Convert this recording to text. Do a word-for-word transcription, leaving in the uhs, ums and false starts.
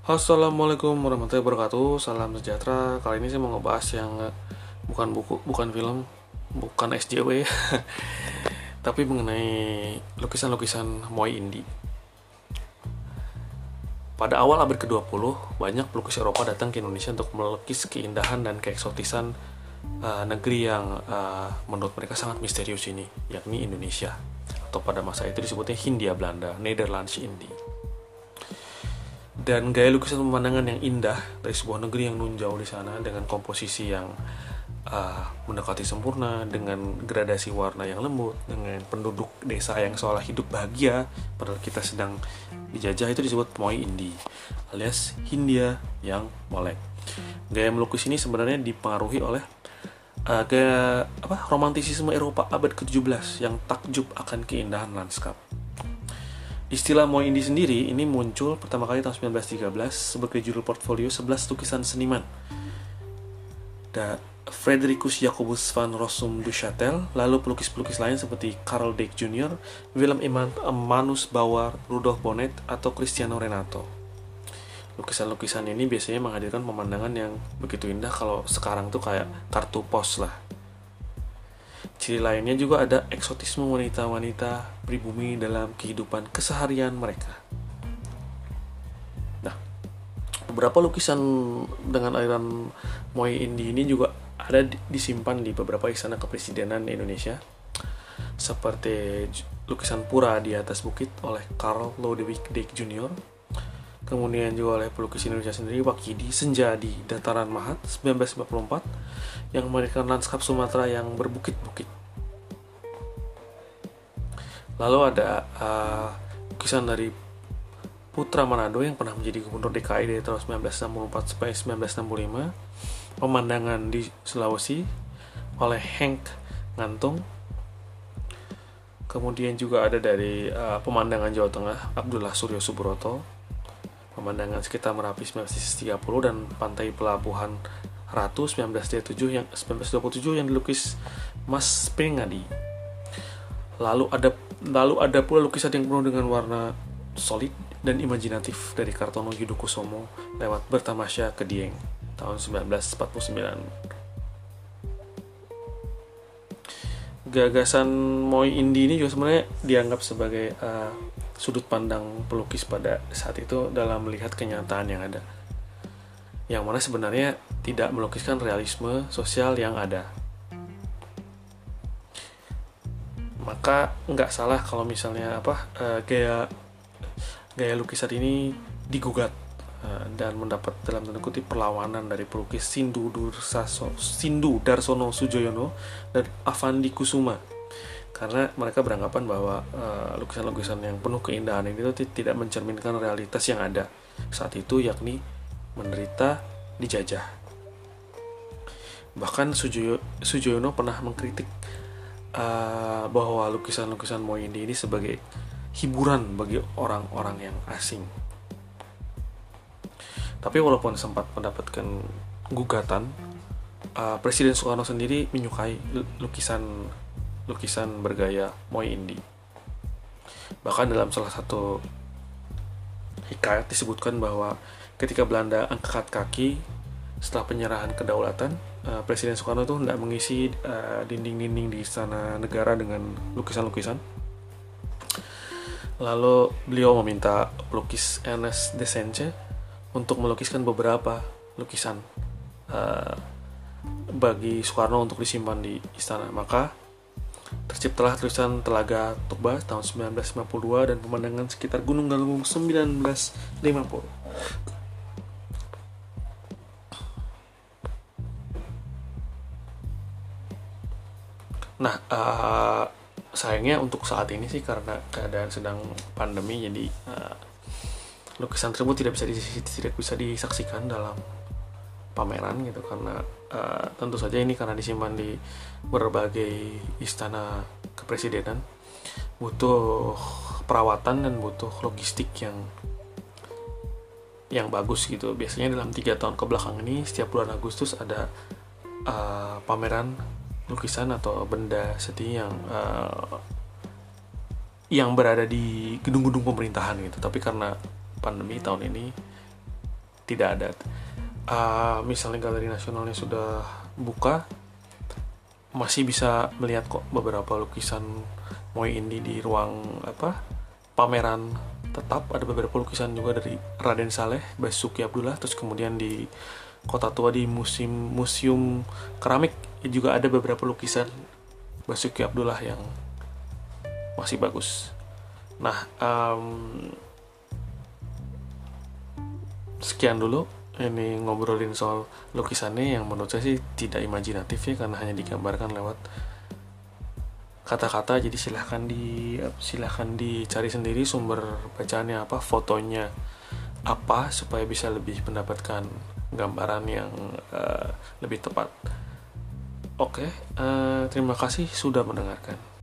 Assalamualaikum warahmatullahi wabarakatuh. Salam sejahtera. Kali ini saya mau ngebahas yang eh, bukan buku, bukan film, bukan S J W, tapi mengenai lukisan-lukisan Moai Indi. Pada awal abad kedua puluh, banyak pelukis Eropa datang ke Indonesia untuk melukis keindahan dan keeksotisan uh, negeri yang uh, menurut mereka sangat misterius ini, yakni Indonesia. Atau pada masa itu disebutnya Hindia Belanda, Nederlands Indie. Dan gaya lukisan pemandangan yang indah dari sebuah negeri yang nunjau di sana dengan komposisi yang uh, mendekati sempurna, dengan gradasi warna yang lembut, dengan penduduk desa yang seolah hidup bahagia padahal kita sedang dijajah, itu disebut Moai Indi alias Hindia yang molek. Gaya melukis ini sebenarnya dipengaruhi oleh uh, gaya apa romantisisme Eropa abad ketujuh belas yang takjub akan keindahan lanskap. Istilah Moai Indi sendiri ini muncul pertama kali tahun sembilan belas tiga belas sebagai judul portfolio sebelas lukisan seniman. Dan Fredericus Jacobus van Rossum du Châtel, lalu pelukis-pelukis lain seperti Karl Dijk Junior, Willem Emmanus Bauer, Rudolf Bonnet, atau Cristiano Renato. Lukisan-lukisan ini biasanya menghadirkan pemandangan yang begitu indah kalau sekarang tuh kayak kartu pos lah. Ciri lainnya juga ada eksotisme wanita-wanita pribumi dalam kehidupan keseharian mereka. Nah, beberapa lukisan dengan aliran Moai Indi ini juga ada disimpan di beberapa istana kepresidenan di Indonesia, seperti lukisan Pura di atas bukit oleh Karl Lodewijk Dijk Junior, kemudian juga oleh pelukis Indonesia sendiri Wakidi Senja di Dataran Mahat sembilan belas lima puluh empat yang memamerkan lanskap Sumatera yang berbukit-bukit. Lalu ada uh, lukisan dari Putra Manado yang pernah menjadi gubernur D K I dari tahun sembilan belas enam puluh empat sampai sembilan belas enam puluh lima, pemandangan di Sulawesi oleh Henk Ngantung. Kemudian juga ada dari uh, pemandangan Jawa Tengah Abdullah Suryo Subroto, pemandangan sekitar Merapi sembilan belas tiga puluh, dan pantai Pelabuhan Ratu sembilan belas tiga puluh tujuh yang sembilan belas dua puluh tujuh yang dilukis Mas Pringadi. Lalu ada lalu ada pula lukisan yang penuh dengan warna solid dan imajinatif dari Kartono Yudokusumo lewat Bertamasya ke Dieng tahun sembilan belas empat puluh sembilan. Gagasan Moai Indi ini juga sebenarnya dianggap sebagai uh, sudut pandang pelukis pada saat itu dalam melihat kenyataan yang ada, yang mana sebenarnya tidak melukiskan realisme sosial yang ada. Maka nggak salah kalau misalnya apa uh, gaya gaya lukisan ini digugat uh, dan mendapat dalam tanda kutip perlawanan dari pelukis Sindu Dursaso, Sindu Darsono Sujoyono dan Avandi Kusuma, karena mereka beranggapan bahwa uh, lukisan-lukisan yang penuh keindahan ini itu tidak mencerminkan realitas yang ada saat itu, yakni menderita dijajah. Bahkan Sujoyo, Sujoyono pernah mengkritik uh, bahwa lukisan-lukisan Moai Indi ini sebagai hiburan bagi orang-orang yang asing. Tapi walaupun sempat mendapatkan gugatan, uh, Presiden Soekarno sendiri menyukai lukisan lukisan bergaya Moai Indi. Bahkan dalam salah satu hikayat disebutkan bahwa ketika Belanda angkat kaki setelah penyerahan kedaulatan, uh, Presiden Soekarno itu hendak mengisi uh, dinding-dinding di Istana Negara dengan lukisan-lukisan. Lalu beliau meminta pelukis Ernest Desence untuk melukiskan beberapa lukisan uh, bagi Soekarno untuk disimpan di istana. Maka terciptalah tulisan Telaga Toba tahun sembilan belas lima puluh dua dan pemandangan sekitar Gunung Galunggung sembilan belas lima puluh. Nah, uh, sayangnya untuk saat ini sih karena keadaan sedang pandemi, jadi uh, lukisan tersebut tidak bisa di, tidak bisa disaksikan dalam pameran gitu, karena uh, tentu saja ini karena disimpan di berbagai istana kepresidenan, butuh perawatan dan butuh logistik yang yang bagus gitu. Biasanya dalam tiga tahun kebelakang ini setiap bulan Agustus ada uh, pameran lukisan atau benda seni yang uh, yang berada di gedung-gedung pemerintahan gitu. Tapi karena pandemi tahun ini tidak ada. Uh, misalnya galeri nasionalnya sudah buka, masih bisa melihat kok beberapa lukisan Moi Indi di ruang apa pameran tetap. Ada beberapa lukisan juga dari Raden Saleh, Basuki Abdullah. Terus kemudian di Kota Tua di museum museum keramik juga ada beberapa lukisan Basuki Abdullah yang masih bagus. Nah, um, sekian dulu ini ngobrolin soal lukisannya yang menurut saya sih tidak imajinatif ya, karena hanya digambarkan lewat kata-kata. Jadi silahkan di silahkan dicari sendiri sumber bacaannya apa, fotonya apa, supaya bisa lebih mendapatkan gambaran yang uh, lebih tepat. Oke, uh, terima kasih sudah mendengarkan.